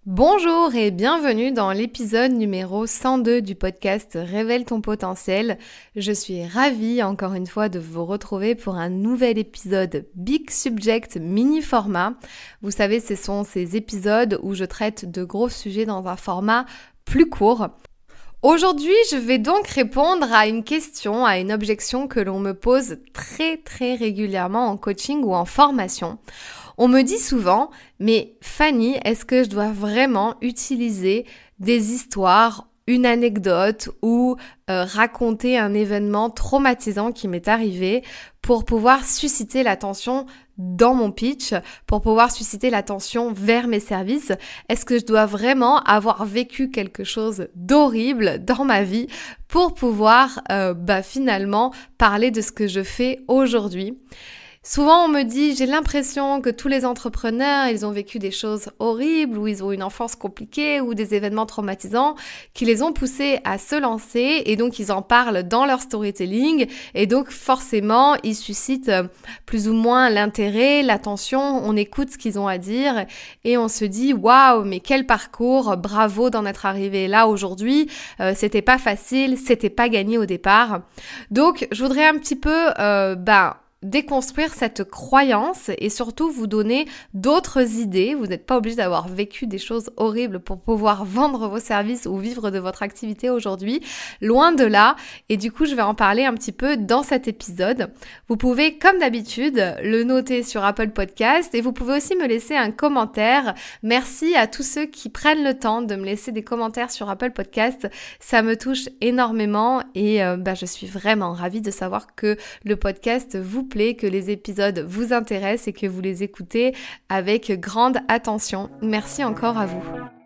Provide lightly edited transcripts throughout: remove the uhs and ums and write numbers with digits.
Bonjour et bienvenue dans l'épisode numéro 102 du podcast Révèle ton potentiel. Je suis ravie encore une fois de vous retrouver pour un nouvel épisode Big Subject mini format. Vous savez, ce sont ces épisodes où je traite de gros sujets dans un format plus court. Aujourd'hui, je vais donc répondre à une question, à une objection que l'on me pose très régulièrement en coaching ou en formation. On me dit souvent, mais Fanny, est-ce que je dois vraiment utiliser des histoires, une anecdote ou raconter un événement traumatisant qui m'est arrivé pour pouvoir susciter l'attention dans mon pitch, pour pouvoir susciter l'attention vers mes services? Est-ce que je dois vraiment avoir vécu quelque chose d'horrible dans ma vie pour pouvoir finalement parler de ce que je fais aujourd'hui? Souvent, on me dit, j'ai l'impression que tous les entrepreneurs, ils ont vécu des choses horribles ou ils ont une enfance compliquée ou des événements traumatisants qui les ont poussés à se lancer et donc ils en parlent dans leur storytelling et donc forcément, ils suscitent plus ou moins l'intérêt, l'attention, on écoute ce qu'ils ont à dire et on se dit, waouh, mais quel parcours, bravo d'en être arrivé là aujourd'hui, c'était pas facile, c'était pas gagné au départ. Donc, je voudrais un petit peu, déconstruire cette croyance et surtout vous donner d'autres idées. Vous n'êtes pas obligé d'avoir vécu des choses horribles pour pouvoir vendre vos services ou vivre de votre activité aujourd'hui. Loin de là. Et du coup, je vais en parler un petit peu dans cet épisode. Vous pouvez, comme d'habitude, le noter sur Apple Podcast et vous pouvez aussi me laisser un commentaire. Merci à tous ceux qui prennent le temps de me laisser des commentaires sur Apple Podcast. Ça me touche énormément et je suis vraiment ravie de savoir que le podcast vous plaît, que les épisodes vous intéressent et que vous les écoutez avec grande attention. Merci encore à vous.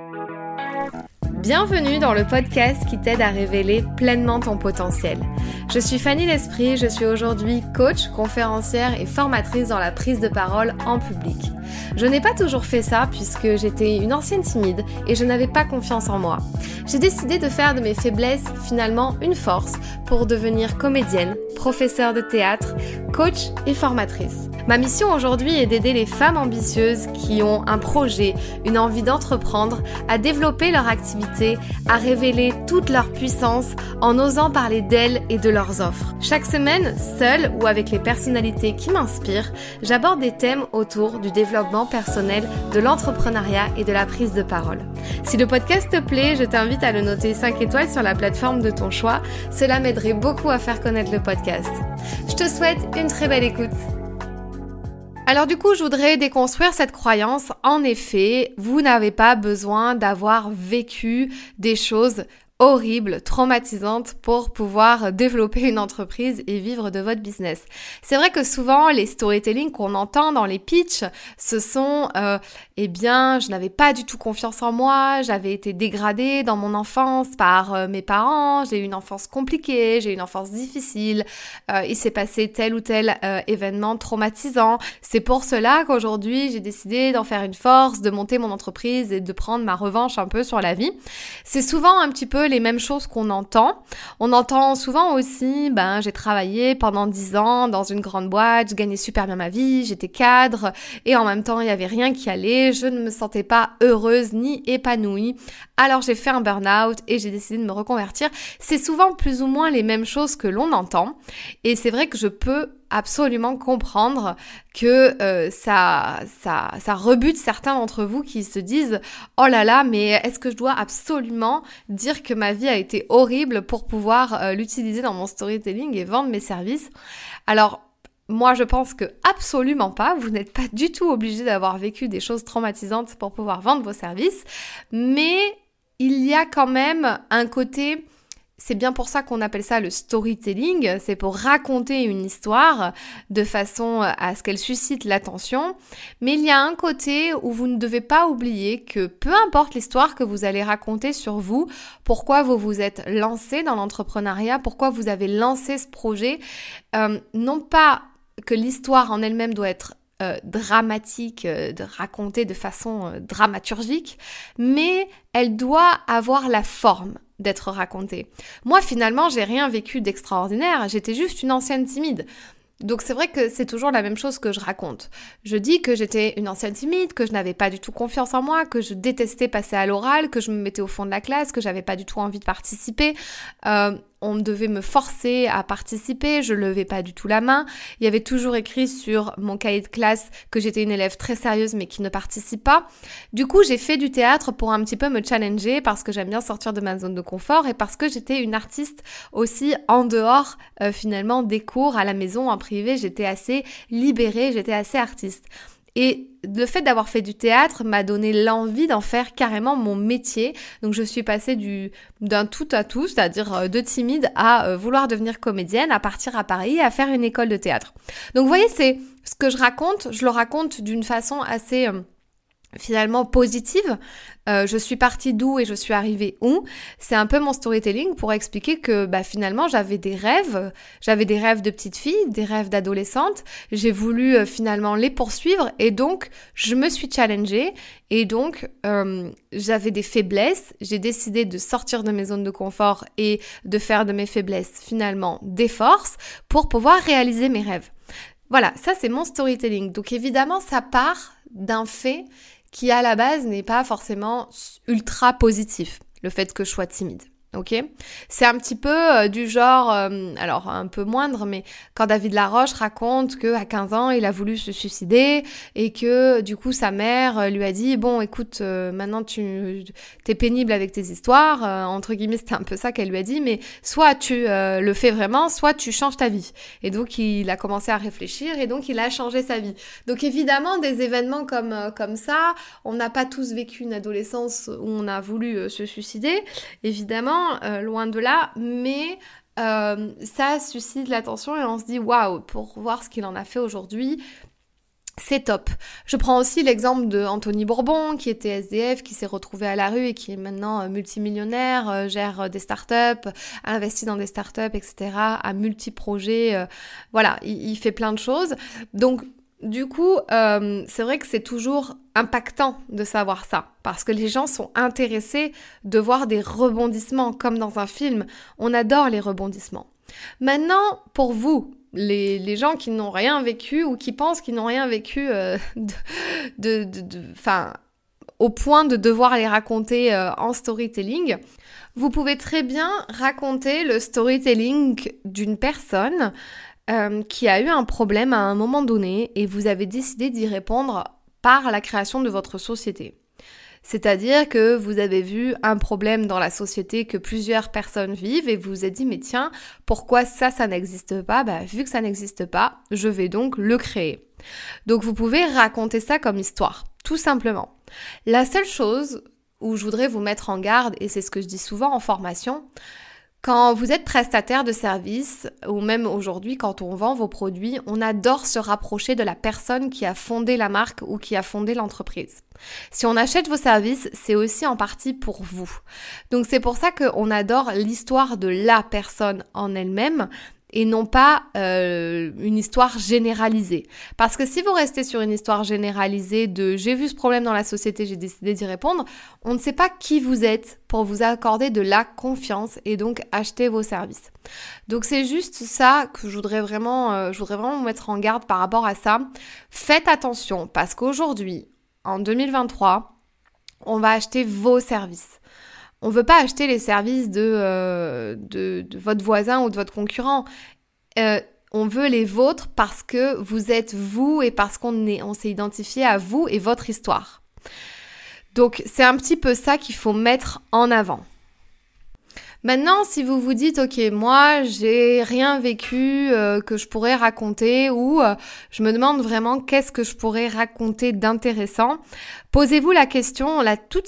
Bienvenue dans le podcast qui t'aide à révéler pleinement ton potentiel. Je suis Fanny L'Esprit, je suis aujourd'hui coach, conférencière et formatrice dans la prise de parole en public. Je n'ai pas toujours fait ça puisque j'étais une ancienne timide et je n'avais pas confiance en moi. J'ai décidé de faire de mes faiblesses finalement une force pour devenir comédienne, professeure de théâtre, coach et formatrice. Ma mission aujourd'hui est d'aider les femmes ambitieuses qui ont un projet, une envie d'entreprendre, à développer leur activité, à révéler toute leur puissance en osant parler d'elles et de leurs offres. Chaque semaine, seule ou avec les personnalités qui m'inspirent, j'aborde des thèmes autour du développement personnel, de l'entrepreneuriat et de la prise de parole. Si le podcast te plaît, je t'invite à le noter 5 étoiles sur la plateforme de ton choix. Cela m'aiderait beaucoup à faire connaître le podcast. Je te souhaite une très belle écoute. Alors du coup, je voudrais déconstruire cette croyance. En effet, vous n'avez pas besoin d'avoir vécu des choses horrible, traumatisante pour pouvoir développer une entreprise et vivre de votre business. C'est vrai que souvent, les storytelling qu'on entend dans les pitchs, ce sont je n'avais pas du tout confiance en moi, j'avais été dégradée dans mon enfance par mes parents, j'ai eu une enfance compliquée, j'ai eu une enfance difficile, il s'est passé tel ou tel événement traumatisant. C'est pour cela qu'aujourd'hui, j'ai décidé d'en faire une force, de monter mon entreprise et de prendre ma revanche un peu sur la vie. C'est souvent un petit peu les mêmes choses qu'on entend. On entend souvent aussi, j'ai travaillé pendant 10 ans dans une grande boîte, je gagnais super bien ma vie, j'étais cadre et en même temps, il n'y avait rien qui allait, je ne me sentais pas heureuse ni épanouie. Alors j'ai fait un burn-out et j'ai décidé de me reconvertir. C'est souvent plus ou moins les mêmes choses que l'on entend et c'est vrai que je peux absolument comprendre que ça rebute certains d'entre vous qui se disent « Oh là là, mais est-ce que je dois absolument dire que ma vie a été horrible pour pouvoir l'utiliser dans mon storytelling et vendre mes services ?» Alors, moi, je pense que absolument pas. Vous n'êtes pas du tout obligé d'avoir vécu des choses traumatisantes pour pouvoir vendre vos services, mais il y a quand même un côté... C'est bien pour ça qu'on appelle ça le storytelling, c'est pour raconter une histoire de façon à ce qu'elle suscite l'attention. Mais il y a un côté où vous ne devez pas oublier que peu importe l'histoire que vous allez raconter sur vous, pourquoi vous vous êtes lancé dans l'entrepreneuriat, pourquoi vous avez lancé ce projet, non pas que l'histoire en elle-même doit être dramatique, de raconter de façon dramaturgique, mais elle doit avoir la forme d'être racontée. Moi, finalement, j'ai rien vécu d'extraordinaire, j'étais juste une ancienne timide. Donc c'est vrai que c'est toujours la même chose que je raconte. Je dis que j'étais une ancienne timide, que je n'avais pas du tout confiance en moi, que je détestais passer à l'oral, que je me mettais au fond de la classe, que j'avais pas du tout envie de participer. On devait me forcer à participer, je levais pas du tout la main. Il y avait toujours écrit sur mon cahier de classe que j'étais une élève très sérieuse mais qui ne participe pas. Du coup, j'ai fait du théâtre pour un petit peu me challenger parce que j'aime bien sortir de ma zone de confort et parce que j'étais une artiste aussi en dehors finalement des cours à la maison, en privé. J'étais assez libérée, j'étais assez artiste. Et le fait d'avoir fait du théâtre m'a donné l'envie d'en faire carrément mon métier. Donc je suis passée d'un tout à tout, c'est-à-dire de timide à vouloir devenir comédienne, à partir à Paris et à faire une école de théâtre. Donc vous voyez, c'est ce que je raconte. Je le raconte d'une façon assez finalement positive. Je suis partie d'où et je suis arrivée où. C'est un peu mon storytelling pour expliquer que finalement j'avais des rêves de petite fille, des rêves d'adolescente. J'ai voulu finalement les poursuivre et donc je me suis challengée et donc j'avais des faiblesses. J'ai décidé de sortir de mes zones de confort et de faire de mes faiblesses finalement des forces pour pouvoir réaliser mes rêves. Voilà, ça c'est mon storytelling. Donc évidemment ça part d'un fait qui à la base n'est pas forcément ultra positif, le fait que je sois timide. Ok, c'est un petit peu du genre, alors un peu moindre, mais quand David Laroche raconte qu'à 15 ans, il a voulu se suicider et que du coup sa mère lui a dit « Bon, écoute, maintenant t'es pénible avec tes histoires », entre guillemets, c'était un peu ça qu'elle lui a dit, mais soit tu le fais vraiment, soit tu changes ta vie. Et donc il a commencé à réfléchir et donc il a changé sa vie. Donc évidemment, des événements comme ça, on n'a pas tous vécu une adolescence où on a voulu se suicider, évidemment, loin de là, mais ça suscite l'attention et on se dit waouh, pour voir ce qu'il en a fait aujourd'hui, c'est top. Je prends aussi l'exemple de Anthony Bourbon qui était SDF, qui s'est retrouvé à la rue et qui est maintenant multimillionnaire, gère des startups, investit dans des startups, etc., a multi-projets, voilà, il fait plein de choses. Donc du coup, c'est vrai que c'est toujours impactant de savoir ça, parce que les gens sont intéressés de voir des rebondissements, comme dans un film. On adore les rebondissements. Maintenant, pour vous, les gens qui n'ont rien vécu ou qui pensent qu'ils n'ont rien vécu au point de devoir les raconter en storytelling, vous pouvez très bien raconter le storytelling d'une personne qui a eu un problème à un moment donné et vous avez décidé d'y répondre par la création de votre société. C'est-à-dire que vous avez vu un problème dans la société que plusieurs personnes vivent et vous vous êtes dit « mais tiens, pourquoi ça n'existe pas ? Vu que ça n'existe pas, je vais donc le créer ». Donc vous pouvez raconter ça comme histoire, tout simplement. La seule chose où je voudrais vous mettre en garde, et c'est ce que je dis souvent en formation, quand vous êtes prestataire de service, ou même aujourd'hui quand on vend vos produits, on adore se rapprocher de la personne qui a fondé la marque ou qui a fondé l'entreprise. Si on achète vos services, c'est aussi en partie pour vous. Donc c'est pour ça qu'on adore l'histoire de la personne en elle-même, et non pas une histoire généralisée. Parce que si vous restez sur une histoire généralisée de « j'ai vu ce problème dans la société, j'ai décidé d'y répondre », on ne sait pas qui vous êtes pour vous accorder de la confiance et donc acheter vos services. Donc c'est juste ça que je voudrais vraiment vous mettre en garde par rapport à ça. Faites attention parce qu'aujourd'hui, en 2023, on va acheter vos services. On ne veut pas acheter les services de votre voisin ou de votre concurrent. On veut les vôtres parce que vous êtes vous et parce qu'on s'est identifié à vous et votre histoire. Donc, c'est un petit peu ça qu'il faut mettre en avant. Maintenant, si vous vous dites « Ok, moi, j'ai rien vécu que je pourrais raconter » ou je me demande vraiment qu'est-ce que je pourrais raconter d'intéressant, posez-vous la question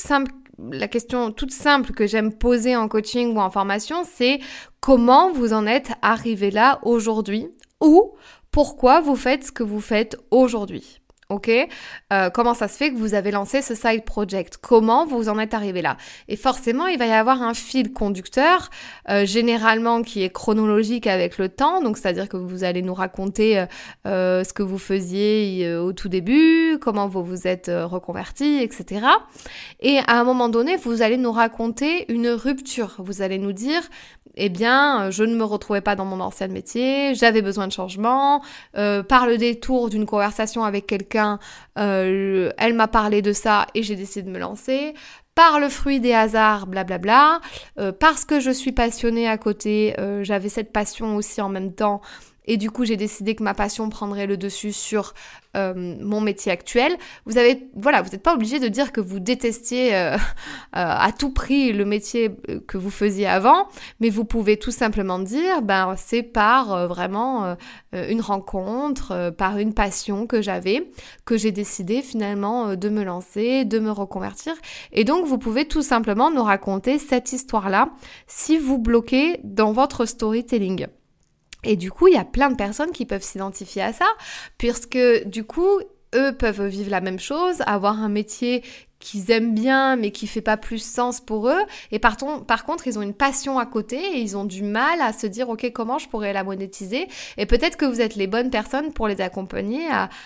toute simple que j'aime poser en coaching ou en formation, c'est comment vous en êtes arrivé là aujourd'hui ou pourquoi vous faites ce que vous faites aujourd'hui. Ok, comment ça se fait que vous avez lancé ce side project? Comment vous en êtes arrivé là? Et forcément, il va y avoir un fil conducteur, généralement qui est chronologique avec le temps. Donc, c'est-à-dire que vous allez nous raconter ce que vous faisiez au tout début, comment vous vous êtes reconverti, etc. Et à un moment donné, vous allez nous raconter une rupture. Vous allez nous dire, eh bien, je ne me retrouvais pas dans mon ancien métier, j'avais besoin de changement. Par le détour d'une conversation avec quelqu'un, elle m'a parlé de ça et j'ai décidé de me lancer. Par le fruit des hasards, blablabla. Parce que je suis passionnée à côté, j'avais cette passion aussi en même temps. Et du coup, j'ai décidé que ma passion prendrait le dessus sur mon métier actuel. Vous n'êtes pas obligé de dire que vous détestiez à tout prix le métier que vous faisiez avant, mais vous pouvez tout simplement dire, c'est par vraiment une rencontre, par une passion que j'avais, que j'ai décidé finalement de me lancer, de me reconvertir. Et donc, vous pouvez tout simplement nous raconter cette histoire-là si vous bloquez dans votre storytelling. Et du coup, il y a plein de personnes qui peuvent s'identifier à ça, puisque du coup, eux peuvent vivre la même chose, avoir un métier qu'ils aiment bien, mais qui fait pas plus sens pour eux. Et par contre, ils ont une passion à côté et ils ont du mal à se dire, ok, comment je pourrais la monétiser? Et peut-être que vous êtes les bonnes personnes pour les accompagner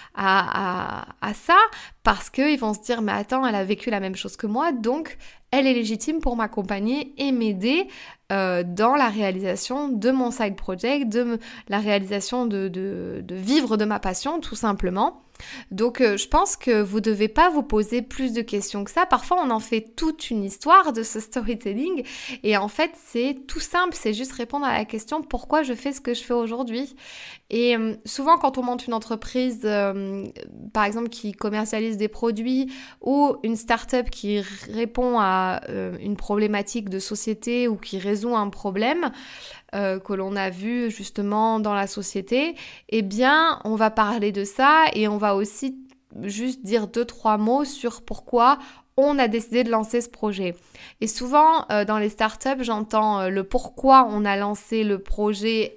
à ça, parce qu'ils vont se dire, mais attends, elle a vécu la même chose que moi, donc elle est légitime pour m'accompagner et m'aider dans la réalisation de mon side project, la réalisation de vivre de ma passion, tout simplement. Donc, je pense que vous ne devez pas vous poser plus de questions que ça. Parfois, on en fait toute une histoire de ce storytelling. Et en fait, c'est tout simple. C'est juste répondre à la question « Pourquoi je fais ce que je fais aujourd'hui ?» Et souvent, quand on monte une entreprise, par exemple, qui commercialise des produits ou une start-up qui répond à une problématique de société ou qui résout un problème que l'on a vu justement dans la société, eh bien, on va parler de ça et on va aussi juste dire 2-3 mots sur pourquoi on a décidé de lancer ce projet. Et souvent, dans les startups, j'entends le pourquoi on a lancé le projet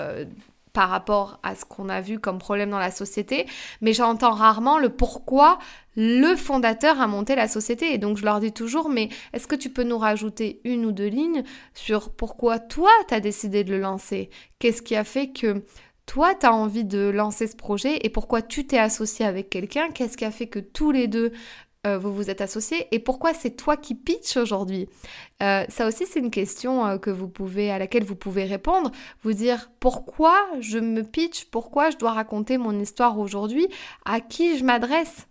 par rapport à ce qu'on a vu comme problème dans la société, mais j'entends rarement le pourquoi le fondateur a monté la société. Et donc, je leur dis toujours, mais est-ce que tu peux nous rajouter 1 ou 2 lignes sur pourquoi toi, tu as décidé de le lancer? Qu'est-ce qui a fait que toi, tu as envie de lancer ce projet et pourquoi tu t'es associé avec quelqu'un? Qu'est-ce qui a fait que tous les deux, vous vous êtes associés et pourquoi c'est toi qui pitch aujourd'hui? Ça aussi, c'est une question à laquelle vous pouvez répondre. Vous dire pourquoi je me pitch, pourquoi je dois raconter mon histoire aujourd'hui, à qui je m'adresse.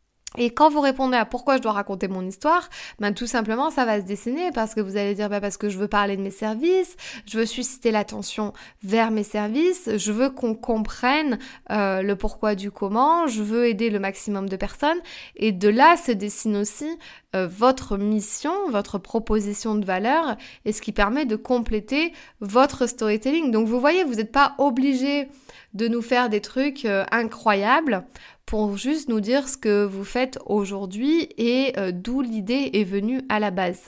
Et quand vous répondez à pourquoi je dois raconter mon histoire, tout simplement ça va se dessiner parce que vous allez dire parce que je veux parler de mes services, je veux susciter l'attention vers mes services, je veux qu'on comprenne le pourquoi du comment, je veux aider le maximum de personnes et de là se dessine aussi votre mission, votre proposition de valeur et ce qui permet de compléter votre storytelling. Donc vous voyez, vous n'êtes pas obligé de nous faire des trucs incroyables pour juste nous dire ce que vous faites aujourd'hui et d'où l'idée est venue à la base.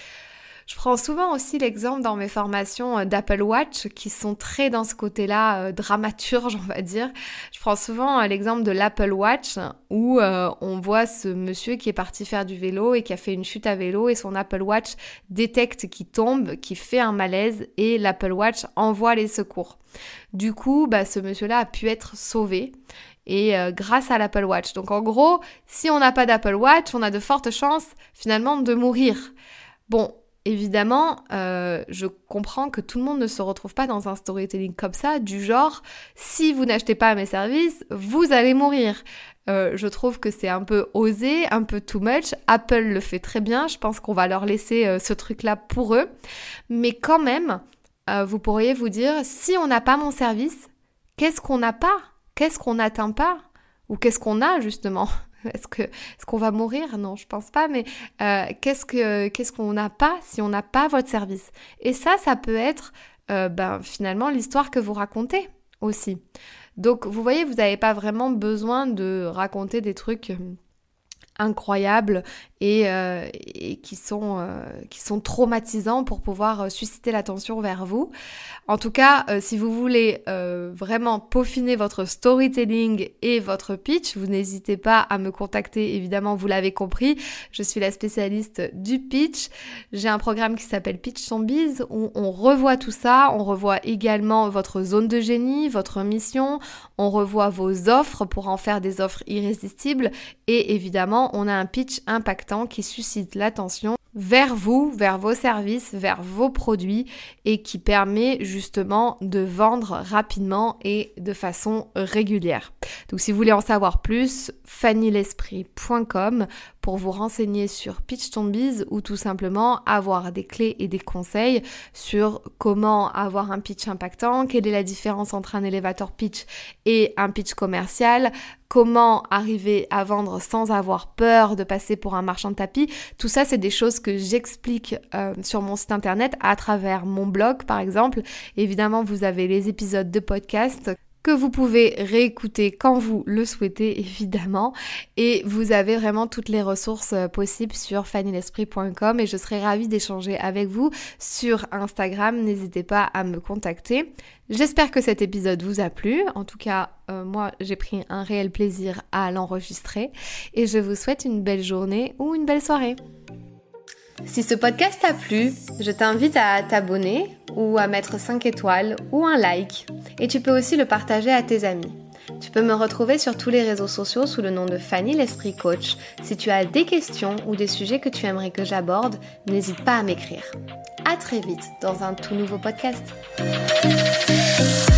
Je prends souvent aussi l'exemple dans mes formations d'Apple Watch qui sont très dans ce côté-là dramaturge, on va dire. Je prends souvent l'exemple de l'Apple Watch où on voit ce monsieur qui est parti faire du vélo et qui a fait une chute à vélo et son Apple Watch détecte qu'il tombe, qu'il fait un malaise et l'Apple Watch envoie les secours. Du coup, ce monsieur-là a pu être sauvé. Et grâce à l'Apple Watch. Donc en gros, si on n'a pas d'Apple Watch, on a de fortes chances finalement de mourir. Bon, évidemment, je comprends que tout le monde ne se retrouve pas dans un storytelling comme ça, du genre, si vous n'achetez pas mes services, vous allez mourir. Je trouve que c'est un peu osé, un peu too much. Apple le fait très bien, je pense qu'on va leur laisser ce truc-là pour eux. Mais quand même, vous pourriez vous dire, si on n'a pas mon service, qu'est-ce qu'on n'a pas ? Qu'est-ce qu'on n'atteint pas? Ou qu'est-ce qu'on a justement? Est-ce qu'on va mourir? Non, je pense pas, mais qu'est-ce qu'on n'a pas si on n'a pas votre service? Et ça peut être finalement l'histoire que vous racontez aussi. Donc vous voyez, vous n'avez pas vraiment besoin de raconter des trucs incroyables et qui sont traumatisants pour pouvoir susciter l'attention vers vous. En tout cas, si vous voulez vraiment peaufiner votre storytelling et votre pitch, vous n'hésitez pas à me contacter, évidemment, vous l'avez compris, je suis la spécialiste du pitch. J'ai un programme qui s'appelle Pitch ton Biz où on revoit tout ça, on revoit également votre zone de génie, votre mission, on revoit vos offres pour en faire des offres irrésistibles et évidemment, on a un pitch impactant qui suscite l'attention vers vous, vers vos services, vers vos produits et qui permet justement de vendre rapidement et de façon régulière. Donc si vous voulez en savoir plus, fannylesprit.com pour vous renseigner sur Pitch ton Biz ou tout simplement avoir des clés et des conseils sur comment avoir un pitch impactant, quelle est la différence entre un elevator pitch et un pitch commercial, comment arriver à vendre sans avoir peur de passer pour un marchand de tapis. Tout ça, c'est des choses que j'explique sur mon site internet à travers mon blog, par exemple. Évidemment, vous avez les épisodes de podcast que vous pouvez réécouter quand vous le souhaitez, évidemment. Et vous avez vraiment toutes les ressources possibles sur fannylesprit.com et je serai ravie d'échanger avec vous sur Instagram. N'hésitez pas à me contacter. J'espère que cet épisode vous a plu. En tout cas, moi, j'ai pris un réel plaisir à l'enregistrer et je vous souhaite une belle journée ou une belle soirée. Si ce podcast t'a plu, je t'invite à t'abonner ou à mettre 5 étoiles ou un like. Et tu peux aussi le partager à tes amis. Tu peux me retrouver sur tous les réseaux sociaux sous le nom de Fanny l'Esprit Coach. Si tu as des questions ou des sujets que tu aimerais que j'aborde, n'hésite pas à m'écrire. À très vite dans un tout nouveau podcast.